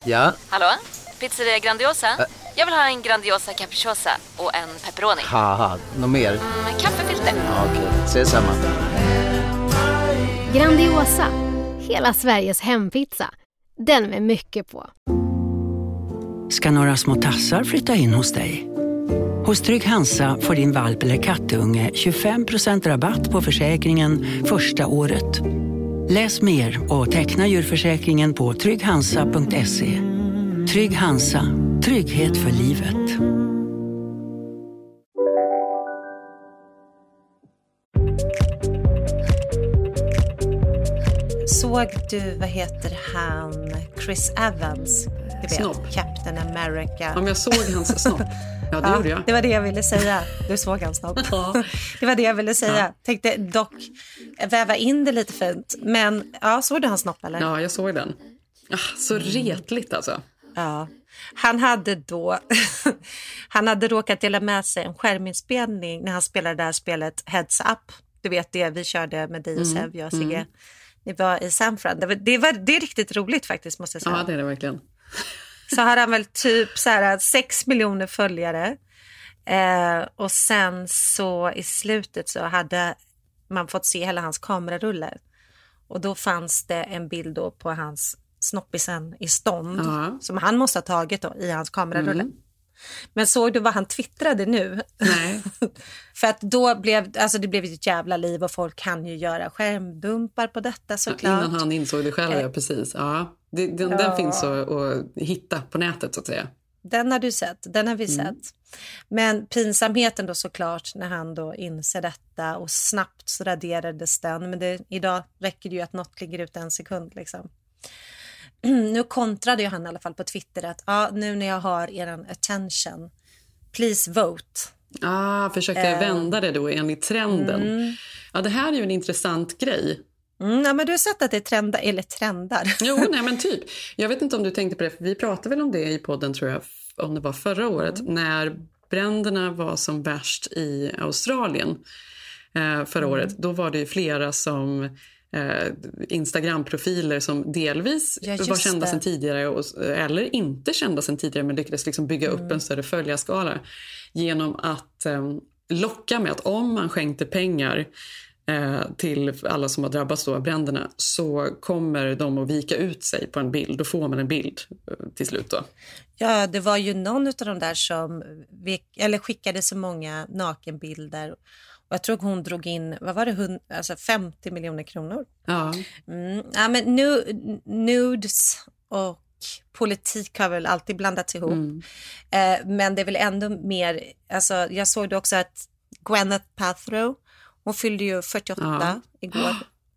Ja? Hallå? Pizzeria Grandiosa? Jag vill ha en Grandiosa capriciosa och en pepperoni. Haha, något mer? Kaffefilter. Ja, okej, ses samma. Grandiosa, hela Sveriges hempizza. Den med mycket på. Ska några små tassar flytta in hos dig? Hos Trygg Hansa får din valp eller kattunge 25% rabatt på försäkringen första året. Läs mer och teckna djurförsäkringen på trygghansa.se. Trygg Hansa, trygghet för livet. Såg du, vad heter han, Chris Evans? Du vet, Snopp. Captain America. Om jag såg hans snopp. Ja, det gjorde jag. Det var det jag ville säga. Du såg hans snopp. Ja. Det var det jag ville säga. Ja. Tänkte dock väva in det lite fint. Men ja, såg du hans snopp eller? Ja, jag såg den. Så retligt alltså. Ja. Han hade råkat dela med sig en skärminspelning när han spelade det här spelet Heads Up. Du vet det vi körde med dig och Sev, jag och Sigge. Det var i San Fran. Det är riktigt roligt faktiskt, måste jag säga. Ja, det är det verkligen. Så har han väl typ så här 6 miljoner följare. Och sen så i slutet så hade man fått se hela hans kamerarulle. Och då fanns det en bild då på hans snoppisen i stånd. Som han måste ha tagit då i hans kamerarulle. Men såg du vad han twittrade nu? Nej. För att då blev det blev ett jävla liv och folk kan ju göra skärmdumpar på detta såklart. Innan han insåg det själv, ja, precis. Ja. Den finns att hitta på nätet så att säga. Den har du sett, den har vi sett. Men pinsamheten då såklart när han då inser detta och snabbt så raderades den. Men idag räcker det ju att något ligger ut en sekund liksom. Nu kontrade ju han i alla fall på Twitter att nu när jag har eran attention, please vote. Försökte vända det då enligt trenden. Ja, det här är ju en intressant grej. Ja, men du har sett att det trendar. Jo, nej men typ. Jag vet inte om du tänkte på det, för vi pratade väl om det i podden tror jag, om det var förra året, när bränderna var som värst i Australien förra året. Då var det ju flera som Instagram-profiler som delvis var kända sedan tidigare eller inte kända sedan tidigare, men lyckades liksom bygga upp en större följarskala genom att locka med att om man skänkte pengar till alla som har drabbats då av bränderna, så kommer de att vika ut sig på en bild. Då får man en bild till slut då. Ja, det var ju någon av de där som skickade så många nakenbilder. Och jag tror hon drog in, vad var det, 50 miljoner kronor. Ja. Ja, men nudes och politik har väl alltid blandats ihop. Men det är väl ändå mer, alltså jag såg det också att Gwyneth Paltrow, hon fyllde ju 48 igår.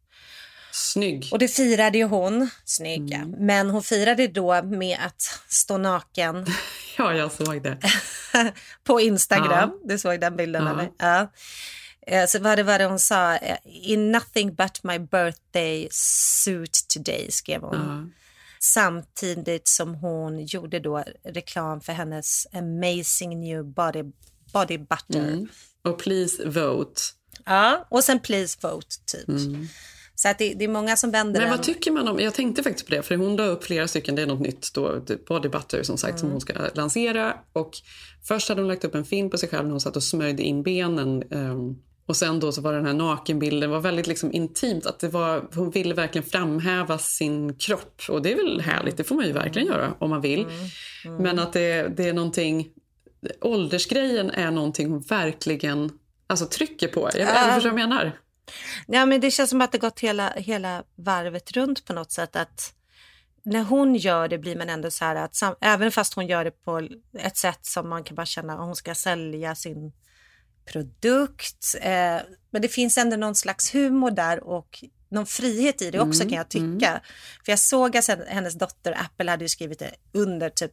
Snygg. Och det firade ju hon. Snygga. Men hon firade då med att stå naken. Ja, jag såg det. På Instagram. Du såg den bilden, eller? Ja. Så vad det var det hon sa? In nothing but my birthday suit today, skrev hon. Samtidigt som hon gjorde då reklam för hennes amazing new body butter. Och please vote. Ja, och sen please vote typ. Så att det är många som vänder. Men vad tycker man om, jag tänkte faktiskt på det, för hon la upp flera stycken, det är något nytt då, body butter som sagt, som hon ska lansera. Och först hade hon lagt upp en film på sig själv när hon satt och smörjde in benen. Och sen då så var den här nakenbilden var väldigt liksom intimt, att hon ville verkligen framhäva sin kropp. Och det är väl härligt, det får man ju verkligen göra om man vill. Men att det är någonting, åldersgrejen är någonting hon verkligen trycker på. Jag vet inte vad jag menar. Ja, men det känns som att det gått hela varvet runt på något sätt, att när hon gör det blir man ändå så här att även fast hon gör det på ett sätt som man kan bara känna att hon ska sälja sin produkt, men det finns ändå någon slags humor där och någon frihet i det också, kan jag tycka. För jag såg att hennes dotter Apple hade ju skrivit det under typ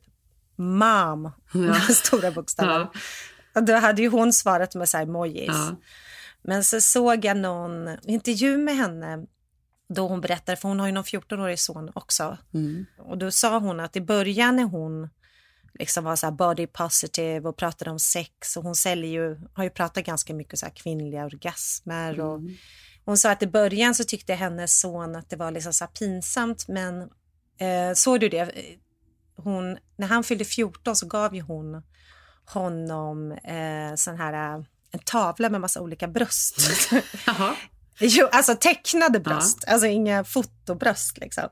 mom med stora bokstäver. Och då hade ju hon svarat med så här emojis. Men så såg jag någon intervju med henne då hon berättade, för hon har ju någon 14-årig son också. Och då sa hon att i början när hon liksom var så här body positive och pratade om sex, och hon har ju pratat ganska mycket så här kvinnliga orgasmer, och hon sa att i början så tyckte hennes son att det var liksom så här pinsamt, men såg du det? när han fyllde 14 så gav ju hon honom sån här en tavla med massa olika bröst. Jaha. Jo, alltså tecknade bröst, alltså inga fotobröst liksom.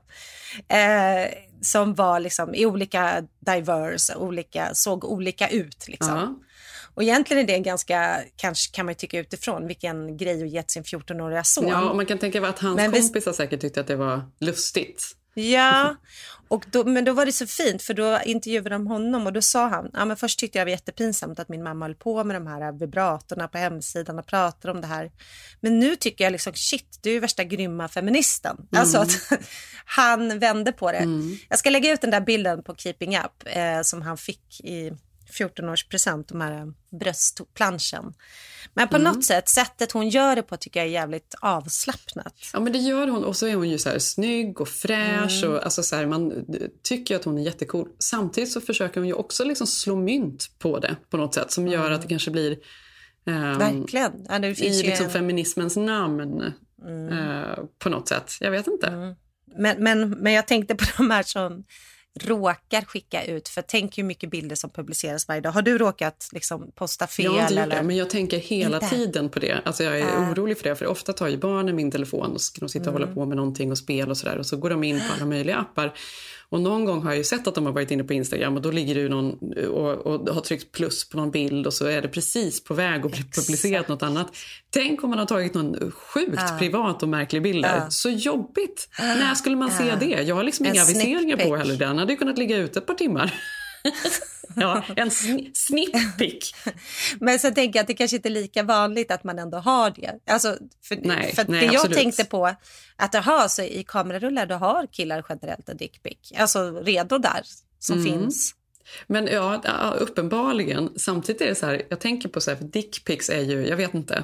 Som var liksom i olika diverse, såg olika ut liksom. Och egentligen är det ganska, kanske kan man ju tycka utifrån, vilken grej att ge till sin 14-åriga son. Ja, och man kan tänka att hans kompisar säkert tyckte att det var lustigt. Ja, men då var det så fint, för då intervjuade de honom och då sa han, men först tyckte jag det var jättepinsamt att min mamma höll på med de här vibratorna på hemsidan och pratade om det här. Men nu tycker jag liksom, shit, du är värsta grymma feministen. Alltså att han vände på det. Jag ska lägga ut den där bilden på Keeping Up som han fick i 14-årspresent, de här bröstplanschen. Men på något sättet hon gör det på tycker jag är jävligt avslappnat. Ja, men det gör hon. Och så är hon ju så här snygg och fräsch. Och, alltså så här, man tycker att hon är jättecool. Samtidigt så försöker hon ju också liksom slå mynt på det på något sätt. Som gör att det kanske blir verkligen. Ja, det finns i liksom feminismens namn på något sätt. Jag vet inte. Men jag tänkte på de här som råkar skicka ut, för tänk hur mycket bilder som publiceras varje dag. Har du råkat liksom posta fel? Jag har inte gjort eller? det, men jag tänker hela tiden på det. Alltså jag är orolig för det, för ofta tar ju barnen min telefon och ska de sitta och hålla på med någonting och spel och sådär, och så går de in på alla möjliga appar. Och någon gång har jag ju sett att de har varit inne på Instagram och då ligger det ju någon och har tryckt plus på någon bild och så är det precis på väg att bli publicerat något annat. Tänk om man har tagit någon sjukt privat och märklig bild där. Så jobbigt. När skulle man se det? Jag har liksom inga aviseringar på heller. Den hade ju kunnat ligga ute ett par timmar. Ja, en snipppick. Men så tänker jag att det kanske inte är lika vanligt att man ändå har det. Alltså, för det jag absolut. tänkte på att så i kamerarullar då har killar generellt en dickpick. Alltså redo där som finns. Men ja, uppenbarligen. Samtidigt är det så här, jag tänker på så här, för dickpics är ju, jag vet inte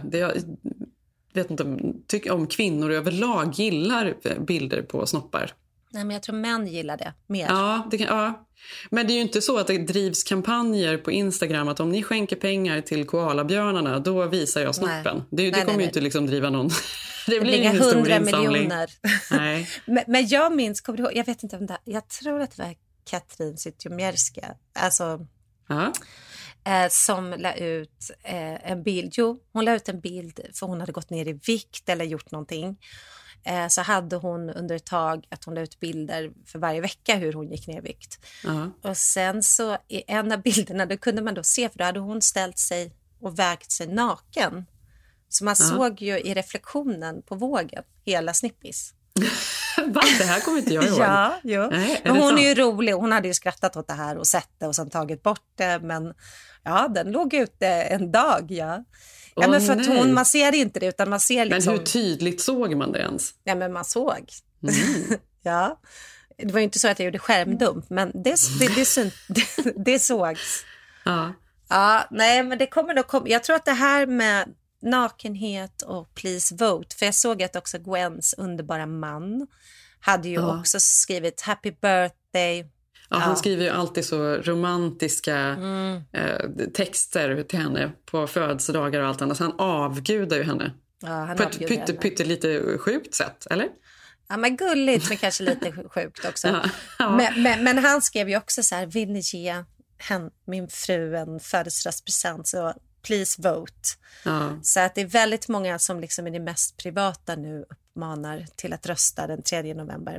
om kvinnor överlag gillar bilder på snoppar. Nej, men jag tror män gillar det mer. Ja, men det är ju inte så att det drivs kampanjer på Instagram att om ni skänker pengar till koalabjörnarna, då visar jag snoppen. Det kommer ju inte liksom driva någon. Det blir ingen 100 miljoner. Nej. men jag minns, kommer du ihåg, jag vet inte om det, jag tror att det var Katrin Zytomierska, alltså som la ut en bild. Jo, hon la ut en bild för hon hade gått ner i vikt eller gjort någonting. Så hade hon under ett tag att hon la ut bilder för varje vecka hur hon gick ner i vikt. Och sen så i en av bilderna då kunde man då se, för då hade hon ställt sig och vägt sig naken. Så man såg ju i reflektionen på vågen hela snippis. Va? Det här kommer inte jag ihåg. Ja, jo. Nej, men hon är ju rolig. Hon hade ju skrattat åt det här och sett det och sen tagit bort det. Men ja, den låg ute en dag, Ja, men för att man ser inte det, utan man ser liksom... Men hur tydligt såg man det ens? Ja, men man såg. Ja. Det var ju inte så att jag gjorde skärmdump, men det sågs. Ja, nej, men det kommer nog komma. Jag tror att det här med nakenhet och please vote, för jag såg att också Gwens underbara man hade ju också skrivit happy birthday. Ja, han skriver ju alltid så romantiska texter till henne på födelsedagar och allt annat. Så han avgudar ju henne. Ja, han på ett pytte lite sjukt sätt, eller? Ja, men gulligt, men kanske lite sjukt också. Men han skrev ju också så här, vill ni ge min fru en födelsedagspresent, så please vote. Så att det är väldigt många som liksom är det mest privata nu uppmanar till att rösta den 3 november.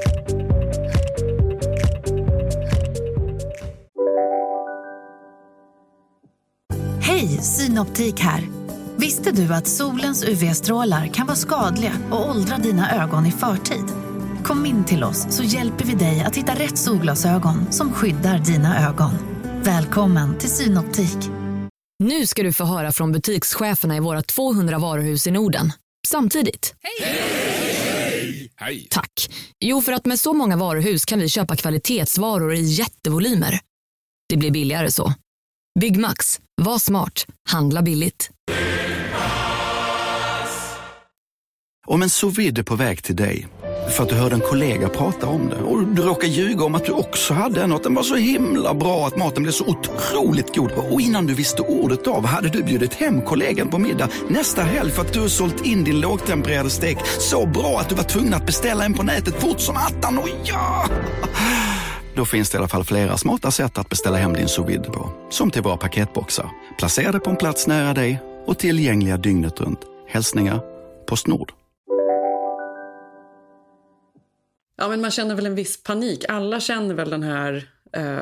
Hej, Synoptik här. Visste du att solens UV-strålar kan vara skadliga och åldra dina ögon i förtid? Kom in till oss så hjälper vi dig att hitta rätt solglasögon som skyddar dina ögon. Välkommen till Synoptik. Nu ska du få höra från butikscheferna i våra 200 varuhus i Norden. Samtidigt. Hej! Hej! Tack. Jo, för att med så många varuhus kan vi köpa kvalitetsvaror i jättevolymer. Det blir billigare så. Byggmax. Var smart. Handla billigt. Om en sous vide är på väg till dig för att du hörde en kollega prata om det och du råkar ljuga om att du också hade en och att den var så himla bra att maten blev så otroligt god. Och innan du visste ordet av hade du bjudit hem kollegan på middag nästa helg för att du har sålt in din lågtempererade stek så bra att du var tvungen att beställa en på nätet fort som attan. Och ja! Då finns det i alla fall flera smarta sätt att beställa hem din sous vide på. Som till våra paketboxar, placerade på en plats nära dig och tillgängliga dygnet runt. Hälsningar PostNord. Ja, men man känner väl en viss panik. Alla känner väl den här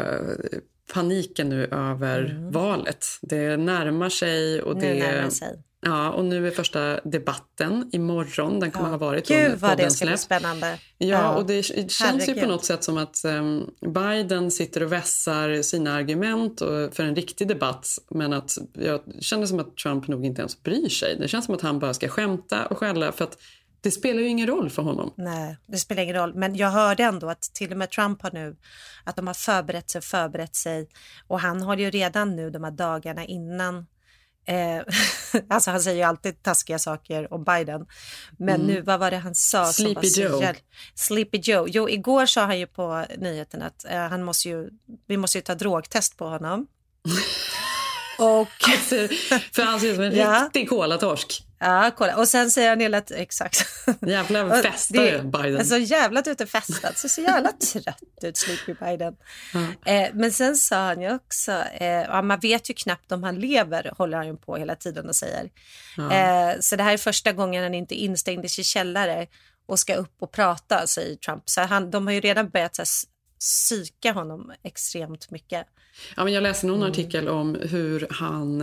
paniken nu över valet. Det närmar sig. Och Ja, och nu är första debatten imorgon. Den kommer ha varit. Gud vad det ska bli spännande. Ja, och det känns ju på något sätt som att Biden sitter och vässar sina argument för en riktig debatt. Men att jag känner som att Trump nog inte ens bryr sig. Det känns som att han bara ska skämta och skälla för att det spelar ju ingen roll för honom. Nej, det spelar ingen roll. Men jag hörde ändå att till och med Trump har nu, att de har förberett sig. Och han har ju redan nu de här dagarna innan, alltså han säger ju alltid taskiga saker om Biden. Men nu, vad var det han sa? Sleepy Joe. Sleepy Joe. Jo, igår sa han ju på nyheten att vi måste ju ta drogtest på honom. Och för han ser ut som en riktig kolatorsk. Ja, kolla. Och sen säger han hela exakt. Jävla festare Biden. Alltså jävla ute festat. Så jävla trött ut, Sleepy Biden. Men sen sa han ju också, man vet ju knappt om han lever, håller han ju på hela tiden och säger. Så det här är första gången han inte instängd i sin källare och ska upp och prata, säger Trump. Så de har ju redan börjat psyka honom extremt mycket. Ja, men jag läste någon artikel om hur han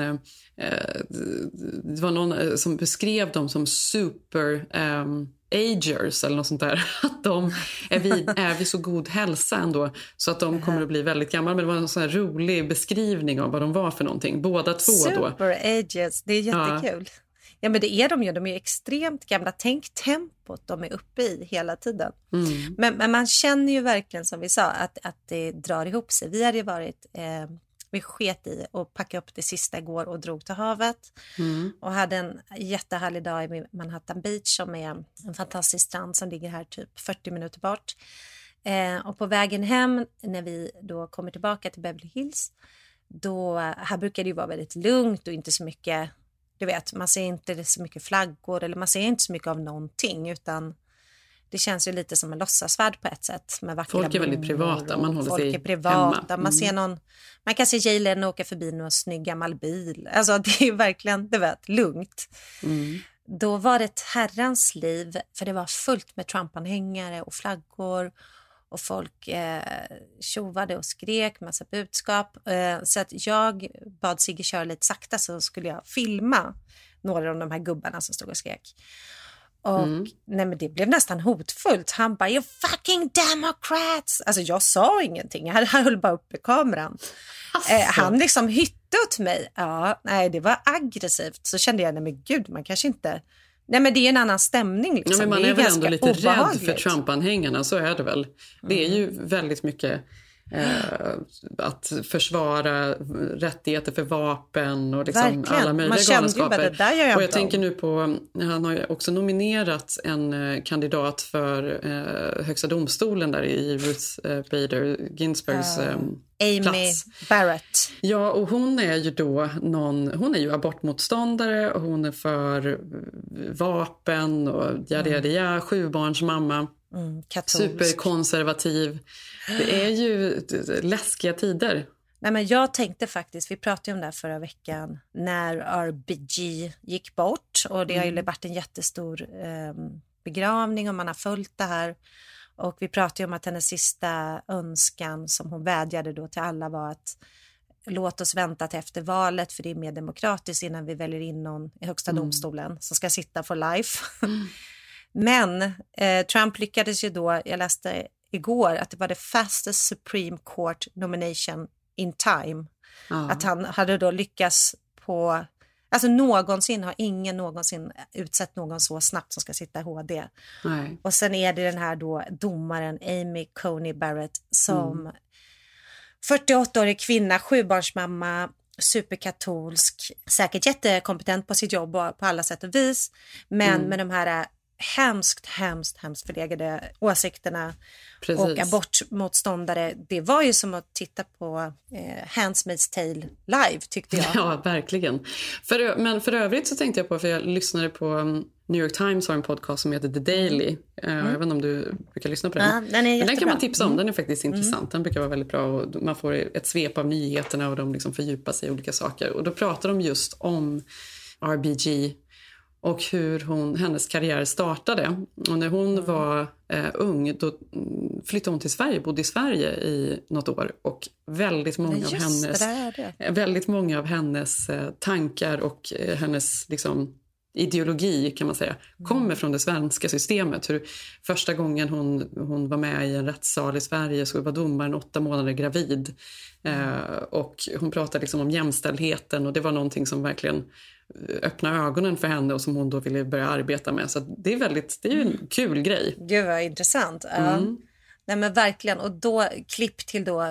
det var någon som beskrev dem som super agers eller något sånt där, att de är vid så god hälsa ändå så att de kommer att bli väldigt gamla. Men det var en sån här rolig beskrivning av vad de var för någonting, båda två då. Super agers, det är jättekul. Ja, men det är de ju. De är extremt gamla. Tänk tempot de är uppe i hela tiden. Men man känner ju verkligen, som vi sa, att det drar ihop sig. Vi hade ju varit, vi sket i och packade upp det sista igår och drog till havet. Och hade en jättehärlig dag i Manhattan Beach, som är en fantastisk strand som ligger här typ 40 minuter bort. Och på vägen hem, när vi då kommer tillbaka till Beverly Hills, då här brukar det ju vara väldigt lugnt och inte så mycket. Du vet, man ser inte så mycket flaggor eller man ser inte så mycket av någonting, utan det känns ju lite som en låtsasvärld på ett sätt. Med vackra folk är väldigt privata, man håller sig privata. hemma. Man ser man kan se Jay Leno åka förbi någon snygg gammal bil. Alltså det är ju verkligen, det var lugnt. Då var det ett herrans liv, för det var fullt med Trump-anhängare och flaggor. Och folk tjovade och skrek massa budskap. Så att jag bad Sigge köra lite sakta, så skulle jag filma några av de här gubbarna som stod och skrek. Och nej, men det blev nästan hotfullt. Han bara, you fucking Democrats! Alltså jag sa ingenting. Jag höll bara uppe kameran. Han liksom hytte åt mig. Ja, nej, det var aggressivt. Så kände jag, nej men gud, man kanske inte... Nej, men det är en annan stämning liksom. Ja, men man det är väl ändå lite obehagligt. rädd för Trump-anhängarna, så är det väl. Det är ju väldigt mycket att försvara rättigheter för vapen och liksom alla möjliga galenskaper. Och jag tänker nu på, han har ju också nominerat en kandidat för högsta domstolen där i Ruth Bader Ginsburgs Amy plats. Barrett. Ja, och hon är ju då hon är ju abortmotståndare och hon är för vapen och sjubarnsmamma. Superkonservativ. Det är ju läskiga tider. Nej, men jag tänkte faktiskt, vi pratade om det här förra veckan, när RBG gick bort, och det har ju varit en jättestor begravning och man har följt det här. Och vi pratade om att hennes sista önskan som hon vädjade då till alla var att låt oss vänta till efter valet, för det är mer demokratiskt, innan vi väljer in någon i högsta domstolen som ska sitta for life. Men Trump lyckades ju då, jag läste igår att det var the fastest Supreme Court nomination in time. Att han hade då lyckats på, alltså någonsin har ingen någonsin utsett någon så snabbt som ska sitta i HD. Nej. Och sen är det den här då domaren Amy Coney Barrett som 48-årig kvinna, sjubarnsmamma, superkatolsk, säkert jättekompetent på sitt jobb och på alla sätt och vis, men med de här hemskt förlegade åsikterna. Precis. Och abortmotståndare. Det var ju som att titta på Handmaid's Tale live, tyckte jag. Ja, verkligen. Men för övrigt så tänkte jag på, för jag lyssnade på New York Times har en podcast som heter The Daily. Jag vet inte om du brukar lyssna på den. Ja, den är jättebra. Den kan man tipsa om, den är faktiskt intressant. Den brukar vara väldigt bra och man får ett svep av nyheterna och de liksom fördjupar sig i olika saker. Och då pratar de just om RBG och hur hennes karriär startade. Och när hon var ung då flyttade hon till Sverige, bodde i Sverige i något år. Och väldigt många av hennes tankar och hennes liksom ideologi kan man säga kommer från det svenska systemet. Hur första gången hon var med i en rättssal i Sverige så var domaren 8 månader gravid. Och hon pratade liksom om jämställdheten och det var någonting som verkligen öppnade ögonen för henne och som hon då ville börja arbeta med. Så det är ju en kul grej. Gud vad intressant. Nej men verkligen. Och då klipp till då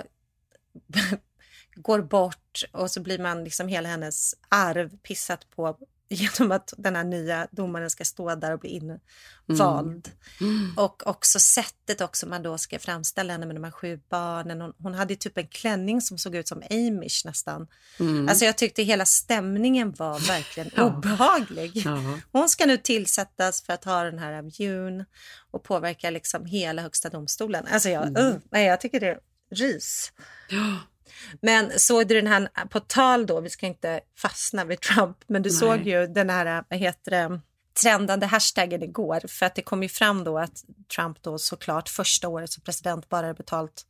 går bort och så blir man liksom hela hennes arv pissat på genom att den här nya domaren ska stå där och bli invald. Och också sättet också man då ska framställa henne med de här 7 barnen. Hon hade typ en klänning som såg ut som Amish nästan. Alltså jag tyckte hela stämningen var verkligen obehaglig. Ja. Hon ska nu tillsättas för att ha den här viewn och påverka liksom hela högsta domstolen. Alltså jag tycker det är rys. Ja. Men såg du den här, på tal då, vi ska inte fastna vid Trump, men du såg ju den här, trendande hashtaggen igår, för att det kom ju fram då att Trump då såklart första året som president bara hade betalt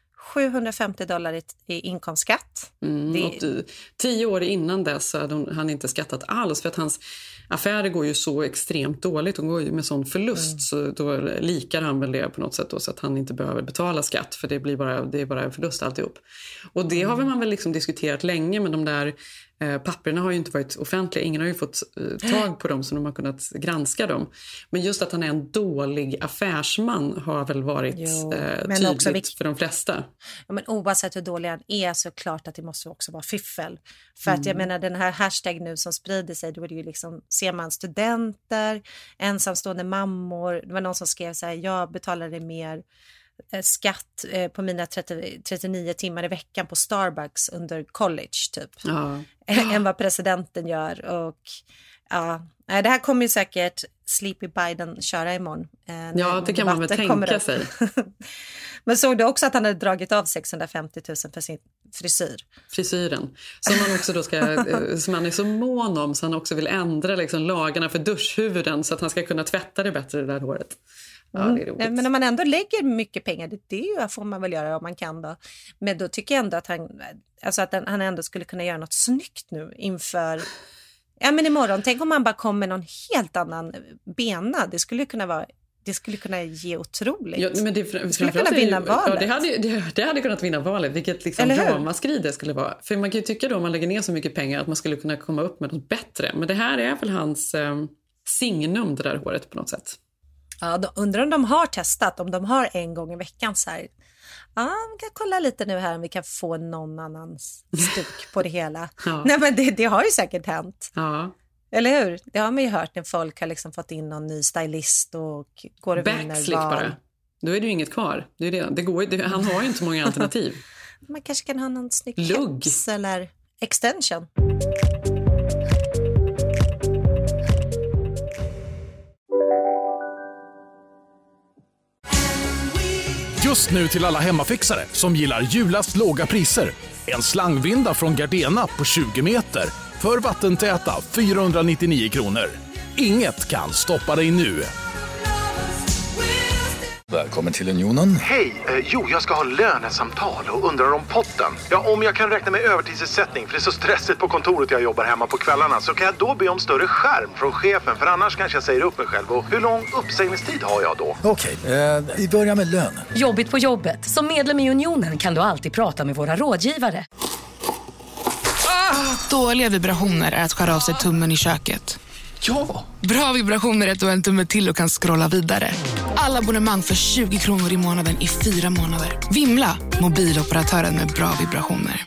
$750 i inkomstskatt. Och 10 år innan dess så hade han inte skattat alls för att hans affärer går ju så extremt dåligt. De går ju med sån förlust så då likar han väl det på något sätt då, så att han inte behöver betala skatt för det är bara en förlust alltihop. Och det har man väl liksom diskuterat länge, men de där papperna har ju inte varit offentliga. Ingen har ju fått tag på dem så de har kunnat granska dem. Men just att han är en dålig affärsman har väl varit tydligt för de flesta. Ja, men oavsett hur dålig han är så klart att det måste också vara fiffel. För att jag menar den här hashtag nu som sprider sig, då är det ju liksom, ser man studenter, ensamstående mammor. Det var någon som skrev så här, jag betalade mer skatt på mina 39 timmar i veckan på Starbucks under college typ än vad presidenten gör. Och det här kommer ju säkert Sleepy Biden köra imorgon. Det kan man väl tänka sig. Men såg du också att han hade dragit av 650 000 för sin frisyren som man också då ska som man är så mån om, så han också vill ändra liksom lagarna för duschhuvuden så att han ska kunna tvätta det bättre, det där håret. Ja, det är roligt. Men när man ändå lägger mycket pengar, det får man väl göra om man kan då. Men då tycker jag ändå att han ändå skulle kunna göra något snyggt nu inför, men imorgon. Tänk om man bara kommer med någon helt annan bena. Det skulle kunna ge otroligt. Ja, men det skulle kunna vinna valet. Ja, det hade kunnat vinna valet. Vilket liksom ramaskri det skulle vara. För man kan ju tycka då, om man lägger ner så mycket pengar, att man skulle kunna komma upp med något bättre. Men det här är väl hans signum, det där håret på något sätt. Ja, då undrar om de har testat, om de har en gång i veckan så här. Ja, vi kan kolla lite nu här om vi kan få någon annan stuk på det hela. Nej, men det har ju säkert hänt. Ja. Eller hur? Det har man ju hört när folk har liksom fått in någon ny stylist och går och vinner val. Bara. Då är det ju inget kvar. Han har ju inte så många alternativ. Man kanske kan ha någon snygg keps eller extension. Just nu till alla hemmafixare som gillar julast låga priser. En slangvinda från Gardena på 20 meter för vattentäta 499 kronor. Inget kan stoppa dig nu. Välkommen till Unionen. Hej, jag ska ha lönesamtal och undrar om potten. Ja, om jag kan räkna med övertidsersättning för det är så stressigt på kontoret jag jobbar hemma på kvällarna, så kan jag då be om större skärm från chefen, för annars kanske jag säger upp mig själv. Och hur lång uppsägningstid har jag då? Okej, vi börjar med lön. Jobbigt på jobbet. Som medlem i Unionen kan du alltid prata med våra rådgivare. Dåliga vibrationer är att skära av sig tummen i köket. Ja! Bra vibrationer är att du har en tumme till och kan scrolla vidare. Alla abonnemang för 20 kronor i månaden i 4 månader. Vimla! Mobiloperatören med bra vibrationer.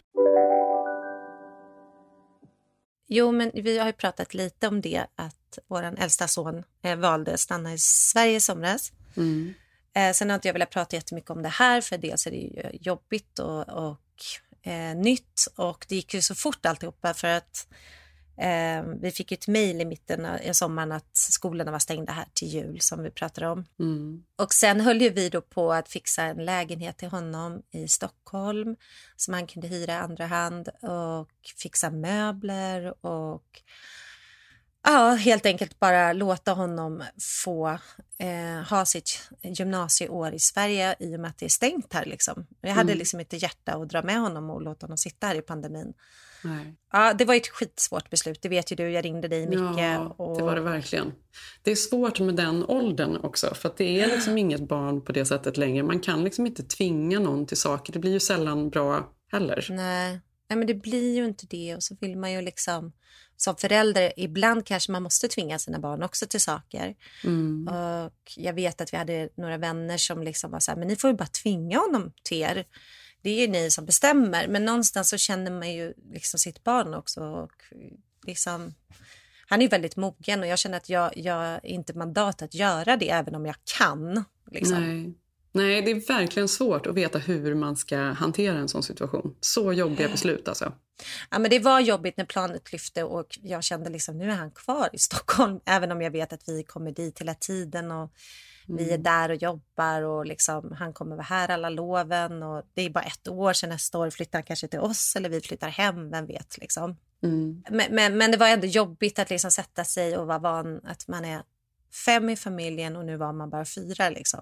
Jo, men vi har ju pratat lite om det, att våran äldsta son valde att stanna i Sverige i somras. Sen har inte jag velat prata jättemycket om det här, för dels är det ju jobbigt och nytt, och det gick ju så fort alltihopa, för att Vi fick ju ett mejl i mitten av sommaren att skolorna var stängda här till jul som vi pratade om. Och sen höll ju vi då på att fixa en lägenhet till honom i Stockholm som han kunde hyra i andra hand och fixa möbler och helt enkelt bara låta honom få ha sitt gymnasieår i Sverige i och med att det är stängt här liksom. Jag hade liksom inte hjärta att dra med honom och låta honom sitta här i pandemin. Nej. Ja, det var ett skitsvårt beslut, det vet ju du, jag ringde dig mycket. Ja, det var det verkligen. Det är svårt med den åldern också, för att det är liksom inget barn på det sättet längre. Man kan liksom inte tvinga någon till saker, det blir ju sällan bra heller. Nej, men det blir ju inte det, och så vill man ju liksom som förälder, ibland kanske man måste tvinga sina barn också till saker. Och jag vet att vi hade några vänner som liksom var så här, men ni får ju bara tvinga honom till er. Det är ju ni som bestämmer, men någonstans så känner man ju liksom sitt barn också. Och liksom, han är ju väldigt mogen och jag känner att jag är inte mandat att göra det även om jag kan. Liksom. Nej, det är verkligen svårt att veta hur man ska hantera en sån situation. Så jobbiga beslut alltså. Ja, men det var jobbigt när planet lyfte och jag kände liksom, nu är han kvar i Stockholm. Även om jag vet att vi kommer dit hela tiden och vi är där och jobbar och liksom, han kommer vara här alla loven. Och det är bara 1 år sedan, nästa år flyttar han kanske till oss eller vi flyttar hem, vem vet liksom. Men det var ändå jobbigt att liksom sätta sig och vara van att man är 5 i familjen och nu var man bara 4 liksom.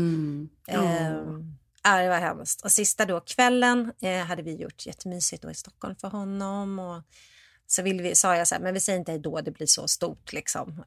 Det var hemskt. Och sista då kvällen hade vi gjort jättemysigt då i Stockholm för honom och så sa jag så här, men vi säger inte då, det blir så stort liksom.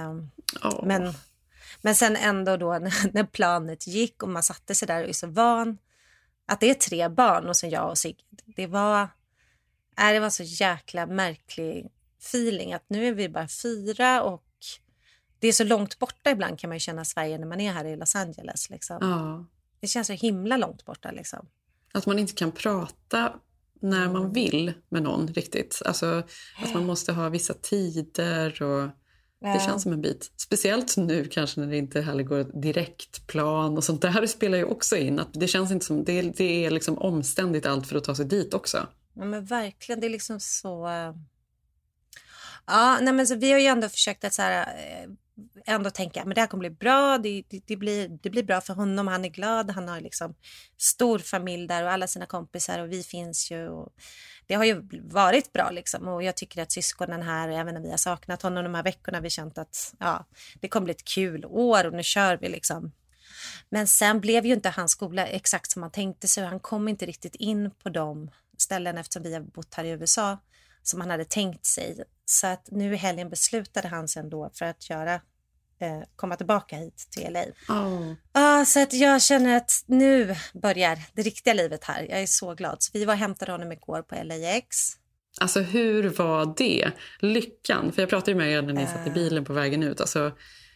Men sen ändå då när planet gick och man satte sig där och är så van att det är 3 barn och sen jag och Sigge. Det var så jäkla märklig feeling att nu är vi bara 4 och det är så långt borta ibland kan man ju känna Sverige när man är här i Los Angeles liksom. Det känns så himla långt borta liksom. Att man inte kan prata när man vill med någon riktigt. Alltså att man måste ha vissa tider och det känns som en bit. Speciellt nu kanske när det inte heller går direktplan och sånt där spelar ju också in. Att det känns inte som, det är liksom omständigt allt för att ta sig dit också. Ja men verkligen, det är liksom så... Ja, nej men så vi har ju ändå försökt att så här... ändå tänka, men det här kommer bli bra, det blir bra för honom, han är glad, han har liksom stor familj där och alla sina kompisar och vi finns ju och det har ju varit bra liksom och jag tycker att syskonen här, även när vi har saknat honom de här veckorna, vi känt att det kommer bli ett kul år och nu kör vi liksom. Men sen blev ju inte hans skola exakt som man tänkte sig, han kom inte riktigt in på de ställen eftersom vi har bott här i USA som han hade tänkt sig. Så att nu i helgen beslutade han sen då för att komma tillbaka hit till LA. Så att jag känner att nu börjar det riktiga livet här. Jag är så glad. Så vi var och hämtade honom igår på LAX. Alltså hur var det? Lyckan. För jag pratade ju med er när ni satt i bilen på vägen ut. Alltså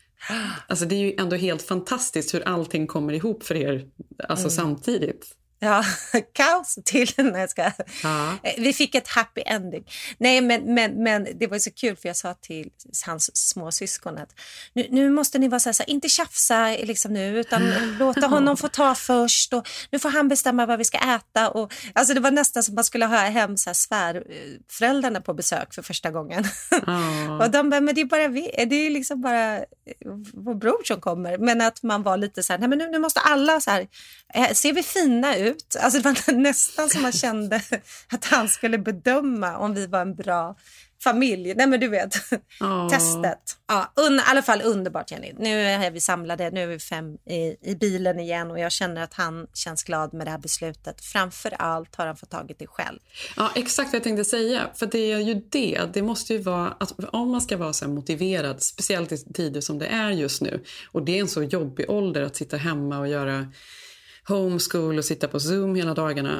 det är ju ändå helt fantastiskt hur allting kommer ihop för er samtidigt. Ja, kaos till när jag ska. Vi fick ett happy ending. Nej, men det var så kul för jag sa till hans små syskon att nu måste ni vara så här, inte tjafsa liksom nu utan låta honom få ta först och nu får han bestämma vad vi ska äta och alltså det var nästan som man skulle ha hem så här svärföräldrarna på besök för första gången. Och de bara, men det är bara det är liksom bara vår bror som kommer, men att man var lite så här, nej men nu måste alla så här, ser vi fina ut? Alltså det var nästan som man kände att han skulle bedöma om vi var en bra familj. Nej men du vet, testet. Ja, i alla fall underbart Jenny. Nu är vi samlade, nu är vi 5 i bilen igen och jag känner att han känns glad med det här beslutet. Framförallt har han fått tagit det själv. Ja, exakt vad jag tänkte säga. För det är ju det måste ju vara att om man ska vara så här motiverad, speciellt i tider som det är just nu. Och det är en så jobbig ålder att sitta hemma och göra homeschool och sitta på Zoom hela dagarna.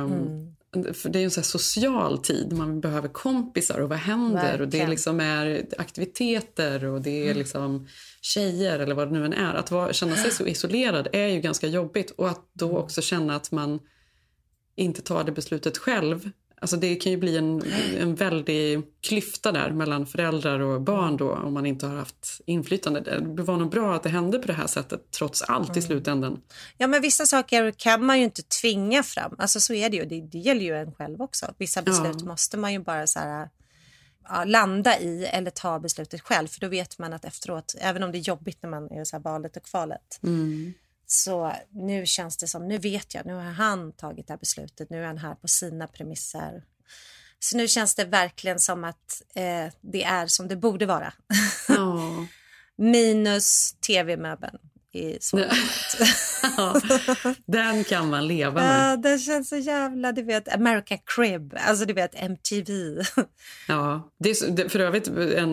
För det är en så här social tid. Man behöver kompisar och vad händer? Verkligen. Och det liksom är aktiviteter och det är liksom tjejer eller vad det nu än är. Att känna sig så isolerad är ju ganska jobbigt. Och att då också känna att man inte tar det beslutet själv. Alltså det kan ju bli en väldig klyfta där mellan föräldrar och barn då om man inte har haft inflytande. Det var nog bra att det hände på det här sättet trots allt i slutändan. Ja men vissa saker kan man ju inte tvinga fram. Alltså så är det ju. Det gäller ju en själv också. Vissa beslut måste man ju bara så här landa i eller ta beslutet själv. För då vet man att efteråt, även om det är jobbigt när man är så här valet och kvalet. Så nu känns det som, nu vet jag, nu har han tagit det här beslutet. Nu är han här på sina premisser. Så nu känns det verkligen som att det är som det borde vara. Minus tv-möbeln i ja, den kan man leva med. Den känns så jävla, du vet, American Crib, alltså du vet MTV. Ja, det är för övrigt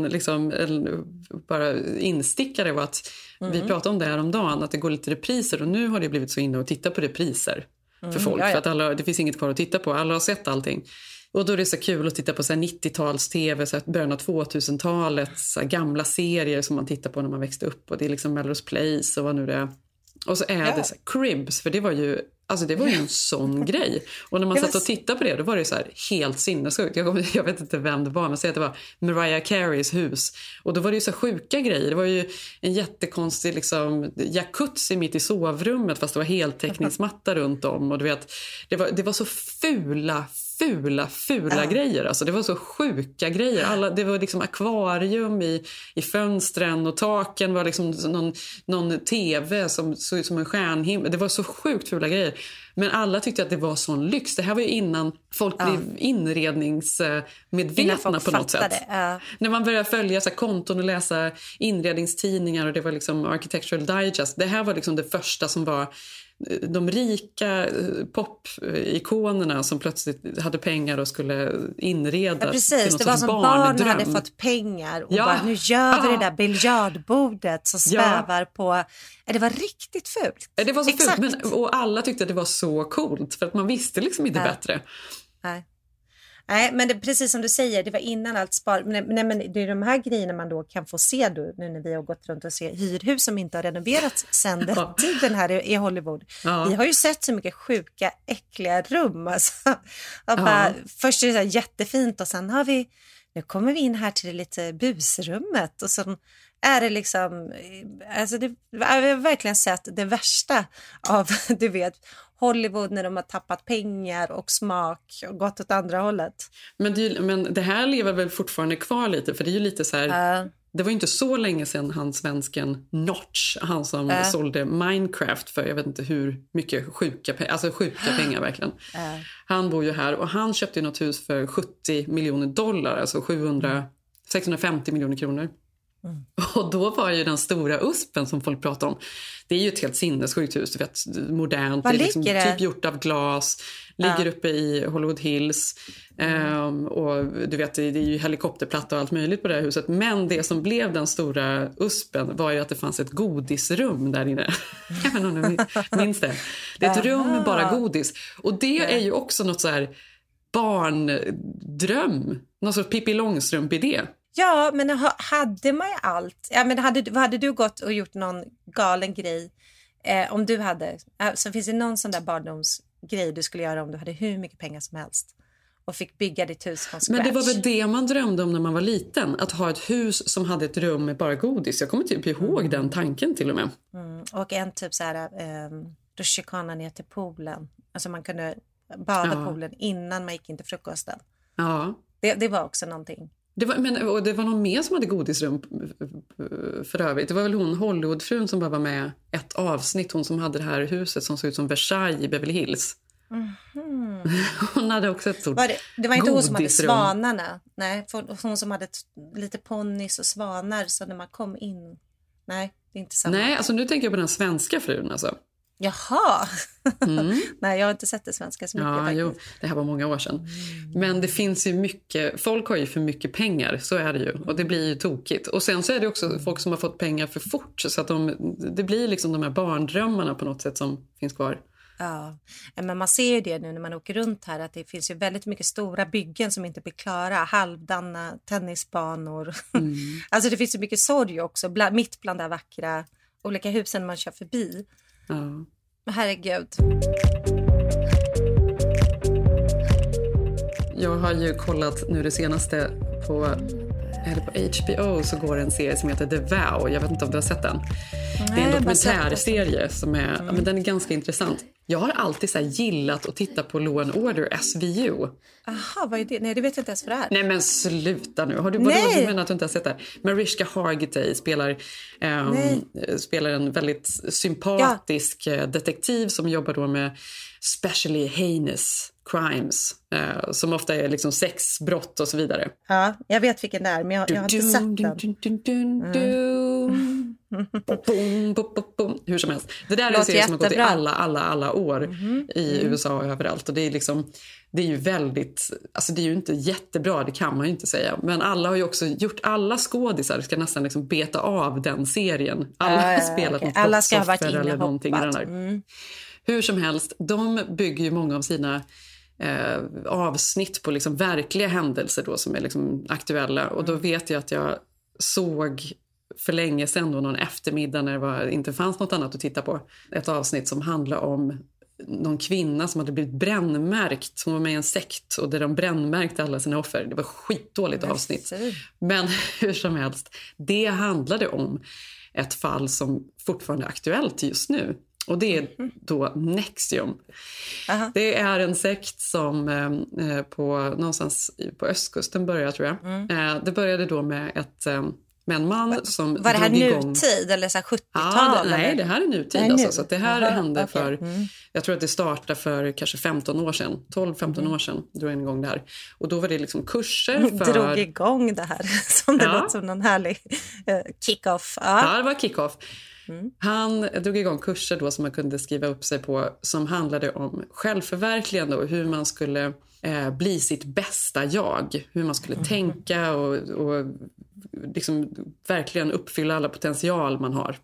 en bara instickare var att vi pratade om det här om dagen, att det går lite repriser och nu har det blivit så inne att titta på repriser för folk. För att det finns inget kvar att titta på, alla har sett allting. Och då är det så kul att titta på så här 90-tals tv, så här början av 2000-talet, så här gamla serier som man tittar på när man växte upp. Och det är liksom Melrose Place och vad nu det är. Och så är det så här Cribs, för det var ju en sån grej. Och när man satt och tittade på det, då var det så här helt sinnessjukt. Jag vet inte vem det var, men säg att det var Mariah Careys hus. Och då var det ju så sjuka grejer. Det var ju en jättekonstig jacuzzi mitt i sovrummet, fast det var heltäckningsmatta runt om. Och du vet, det var så fula grejer. Alltså det var så sjuka grejer. Det var liksom akvarium i fönstren, och taken var liksom någon tv som såg ut som en stjärnhimmel. Det var så sjukt fula grejer. Men alla tyckte att det var sån lyx. Det här var ju innan folk blev inredningsmedvetna på något sätt. När man började följa så här konton och läsa inredningstidningar, och det var liksom Architectural Digest. Det här var liksom det första som var de rika popikonerna som plötsligt hade pengar och skulle inreda. Ja, precis, det var som barn hade fått pengar och bara, nu gör vi det där biljardbordet som svävar på. Det var riktigt fult. Det var så fult, och alla tyckte att det var så coolt för att man visste liksom inte bättre. Nej, men det, precis som du säger, det var innan allt spar. Men det är de här grejerna man då kan få se nu när vi har gått runt och se hyrhus som inte har renoverats sedan den tiden här i Hollywood. Vi har ju sett så mycket sjuka, äckliga rum. Alltså. Först är det så här jättefint, och sen nu kommer vi in här till det lite busrummet, och så är det liksom, alltså jag har verkligen sett det värsta av, du vet, Hollywood när de har tappat pengar och smak och gått åt andra hållet. Men det här lever väl fortfarande kvar lite, för det är ju lite så här, det var ju inte så länge sedan han svensken Notch, han som sålde Minecraft för jag vet inte hur mycket sjuka pengar verkligen. Han bor ju här, och han köpte ju något hus för $70 miljoner, alltså 650 miljoner kronor. Och då var ju den stora uspen som folk pratar om, det är ju ett helt sinnessjukt hus, du vet, modernt. Var det är liksom det? Typ gjort av glas, ligger uppe i Hollywood Hills. Och du vet, det är ju helikopterplatta och allt möjligt på det här huset. Men det som blev den stora uspen var ju att det fanns ett godisrum där inne. Jag vet inte om du minns det. Det är ett rum med bara godis. Och det är ju också något så här barndröm, någon sorts Pippi Långstrump-idé. Ja, men hade man ju allt. Ja, men hade du gått och gjort någon galen grej om du hade, så finns det någon sån där barndomsgrej du skulle göra om du hade hur mycket pengar som helst och fick bygga ditt hus från scratch. Men det var väl det man drömde om när man var liten, att ha ett hus som hade ett rum med bara godis. Jag kommer typ ihåg den tanken till och med. Och en typ så här rutschkana ner till poolen. Alltså man kunde bada poolen innan man gick in till frukosten. Ja. Det var också någonting. Det var någon mer som hade godisrum för övrigt. Det var väl hon Hollywoodfrun som bara var med ett avsnitt. Hon som hade det här huset som såg ut som Versailles i Beverly Hills. Hon hade också ett stort godisrum. Det var inte hon som hade svanarna. Nej, hon som hade lite ponnys och svanar. Så när man kom in. Nej, det är inte samma. Nej, alltså nu tänker jag på den svenska frun alltså. Jaha. Nej, jag har inte sett det svenska så mycket faktiskt. Jo, det här var många år sedan. Men det finns ju mycket, folk har ju för mycket pengar, så är det ju. Och det blir ju tokigt. Och sen så är det också folk som har fått pengar för fort, så att det blir liksom de här barndrömmarna på något sätt som finns kvar. Ja, men man ser ju det nu när man åker runt här, att det finns ju väldigt mycket stora byggen som inte blir klara, halvdana tennisbanor. Alltså det finns ju mycket sorg också, mitt bland de vackra olika husen man kör förbi. Ja. Herregud. Jag har ju kollat nu det senaste på HBO, så går en serie som heter The Vow. Jag vet inte om du har sett den. Det är en dokumentärserie som är, men den är ganska intressant. Jag har alltid så här gillat att titta på Law & Order, SVU. Aha, vad är det? Nej, det vet jag inte ens vad det är. Nej, men sluta nu. Har du menar att du inte har sett det? Mariska Hargitay spelar en väldigt sympatisk detektiv som jobbar då med specially heinous crimes. Som ofta är liksom sexbrott och så vidare. Ja, jag vet vilken det är, men jag har inte sett den. Hur som helst. Det där är en serie som har gått i alla år i USA och överallt. Och det är liksom, det är ju väldigt, alltså det är ju inte jättebra, det kan man ju inte säga. Men alla har ju också gjort, alla skådisar ska nästan liksom beta av den serien. Alla har spelat något brottsoffer eller någonting i den där. Hur som helst, de bygger ju många av sina avsnitt på liksom verkliga händelser då som är liksom aktuella. Och då vet jag att jag såg för länge sedan då någon eftermiddag när det inte fanns något annat att titta på. Ett avsnitt som handlar om någon kvinna som hade blivit brännmärkt. Som var med i en sekt och där de brännmärkte alla sina offer. Det var skitdåligt avsnitt. Men hur som helst, det handlade om ett fall som fortfarande är aktuellt just nu. Och det är då NXIVM. Det är en sekt som någonstans på östkusten började, tror jag. Det började då med en man som var det här nutid eller så här 70-tal? Nej, det här är nutid. Alltså, så att det här hände för, jag tror att det startade för kanske 15 år sedan. 12-15 år sedan drog jag igång det här. Och då var det liksom kurser för... Drog igång det här, som det låter som någon härlig kick-off. Ja, det var kick-off. Han drog igång kurser då som man kunde skriva upp sig på som handlade om självförverkligande och hur man skulle bli sitt bästa jag. Hur man skulle tänka och liksom verkligen uppfylla alla potential man har.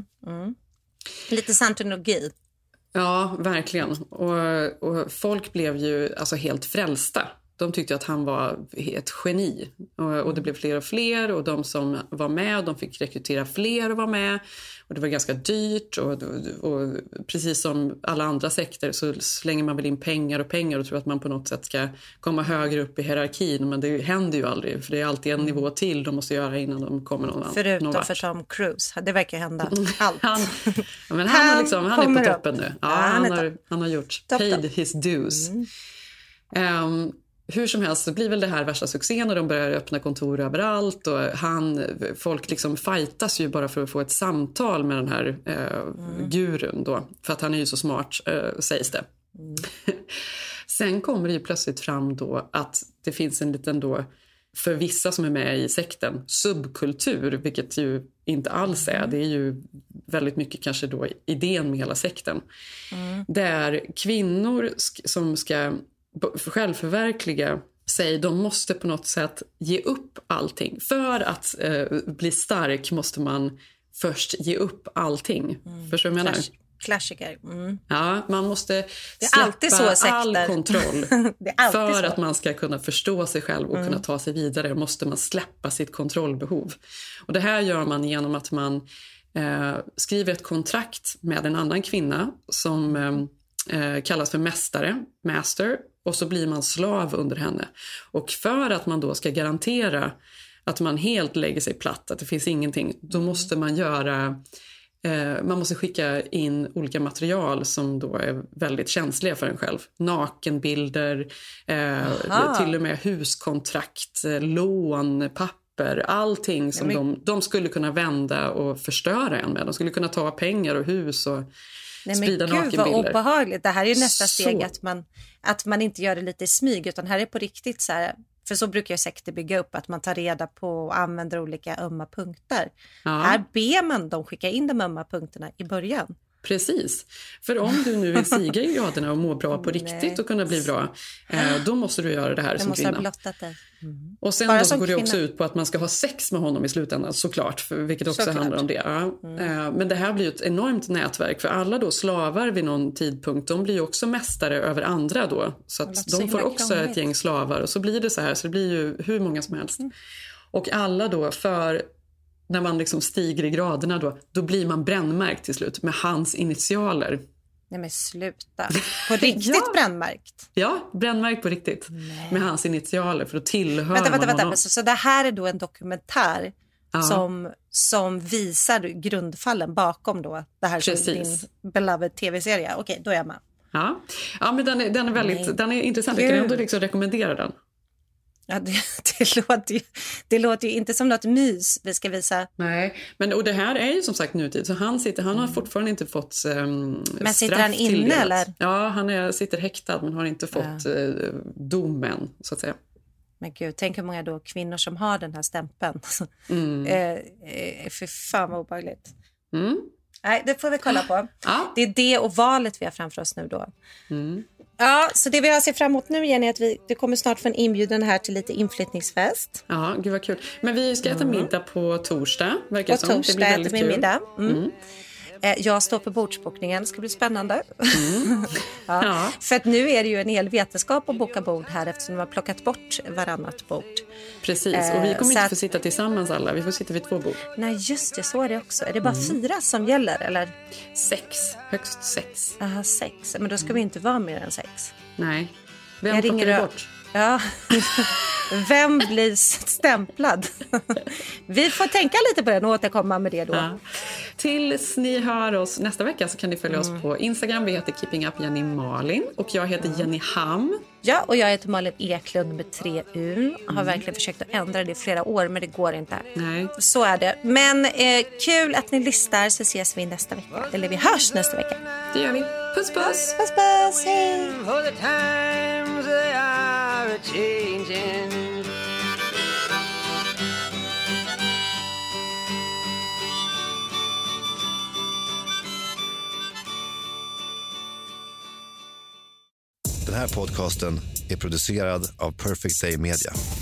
Lite scientologi. Ja, verkligen. Och folk blev ju alltså helt frälsta. De tyckte att han var ett geni. Och det blev fler och fler. Och de som var med, de fick rekrytera fler och vara med. Och det var ganska dyrt. Och precis som alla andra sekter så slänger man väl in pengar och tror att man på något sätt ska komma högre upp i hierarkin. Men det händer ju aldrig. För det är alltid en nivå till de måste göra innan de kommer någon vart. Förutom för Tom Cruise. Det verkar hända allt. Han är på toppen nu. Ja, han har gjort paid his dues. Hur som helst så blir väl det här värsta succén när de börjar öppna kontor överallt och folk liksom fightas ju bara för att få ett samtal med den här gurun då, för att han är ju så smart, sägs det. Sen kommer det ju plötsligt fram då att det finns en liten då, för vissa som är med i sekten, subkultur, vilket ju inte alls är. Det är ju väldigt mycket kanske då idén med hela sekten. Där kvinnor som ska självförverkliga sig, de måste på något sätt ge upp allting. För att bli stark måste man först ge upp allting. Förstår du vad jag menar? Klassiker. Ja, man måste släppa all kontroll. För att man ska kunna förstå sig själv och kunna ta sig vidare måste man släppa sitt kontrollbehov. Och det här gör man genom att man skriver ett kontrakt med en annan kvinna som kallas för master, och så blir man slav under henne. Och för att man då ska garantera att man helt lägger sig platt, att det finns ingenting, då måste man man måste skicka in olika material som då är väldigt känsliga för en själv. Nakenbilder, till och med huskontrakt, lån, papper, allting som de skulle kunna vända och förstöra en med. De skulle kunna ta pengar och hus och sprida nakenbilder. Gud vad obehagligt. Det här är ju nästa steg, att man inte gör det lite i smyg, utan här är på riktigt så här, för så brukar ju sekter bygga upp, att man tar reda på och använder olika ömma punkter. Här ber man dem skicka in de ömma punkterna i början. Precis. För om du nu vill stiga i graderna och må bra på riktigt och kunna bli bra, då måste du göra det här som kvinna. Och sen då går det också ut på att man ska ha sex med honom i slutändan, såklart, vilket också handlar om det. Men det här blir ju ett enormt nätverk, för alla då slavar vid någon tidpunkt, de blir ju också mästare över andra då. Så att de får också ett gäng slavar, och så blir det så här, så det blir ju hur många som helst. Och alla då, när man liksom stiger i graderna då blir man brännmärkt till slut med hans initialer. Nej men sluta. På riktigt brännmärkt? Ja, brännmärkt på riktigt. Nej. Med hans initialer, för att tillhöra Vänta. Så det här är då en dokumentär som visar grundfallen bakom då det här som din beloved tv-serie. Okej, då är jag med. Ja, men den är väldigt den är intressant. Jag kan ändå liksom rekommendera den. Ja, det låter ju inte som något mys vi ska visa. Nej, och det här är ju som sagt nutid. Så han har fortfarande inte fått men sitter han inne eller? Ja, han sitter häktad men har inte fått domen så att säga. Men gud, tänk hur många då kvinnor som har den här stämpeln. För fan vad obehagligt. Nej, det får vi kolla på. Ja. Det är det och valet vi har framför oss nu då. Ja, så det vi har sett fram emot nu Jenny är att du kommer snart få en inbjudan här till lite inflyttningsfest. Ja, gud vad kul. Men vi ska äta middag på torsdag. På torsdag äter vi middag. Jag står på bordsbokningen, det ska bli spännande. Ja. För att nu är det ju en hel vetenskap att boka bord här eftersom de har plockat bort varannat bord. Precis, och vi kommer inte få sitta tillsammans alla, vi får sitta vid 2 bord. Nej just det, så är det också. Är det bara 4 som gäller eller? 6, högst 6. Aha, 6, men då ska vi inte vara mer än 6. Nej, vem plockar du bort? Ja, vem blir stämplad? Vi får tänka lite på den och återkomma med det då. Ja. Tills ni hör oss nästa vecka så kan ni följa oss på Instagram. Vi heter Keeping Up Jenny Malin och jag heter Jenny Ham. Ja, och jag heter Malin Eklund med 3 U. Har verkligen försökt att ändra det i flera år men det går inte. Nej. Så är det. Men kul att ni lyssnar så ses vi nästa vecka. Eller vi hörs nästa vecka. Det gör vi. Puss puss. Puss puss. Hej. Den här podcasten är producerad av Perfect Day Media.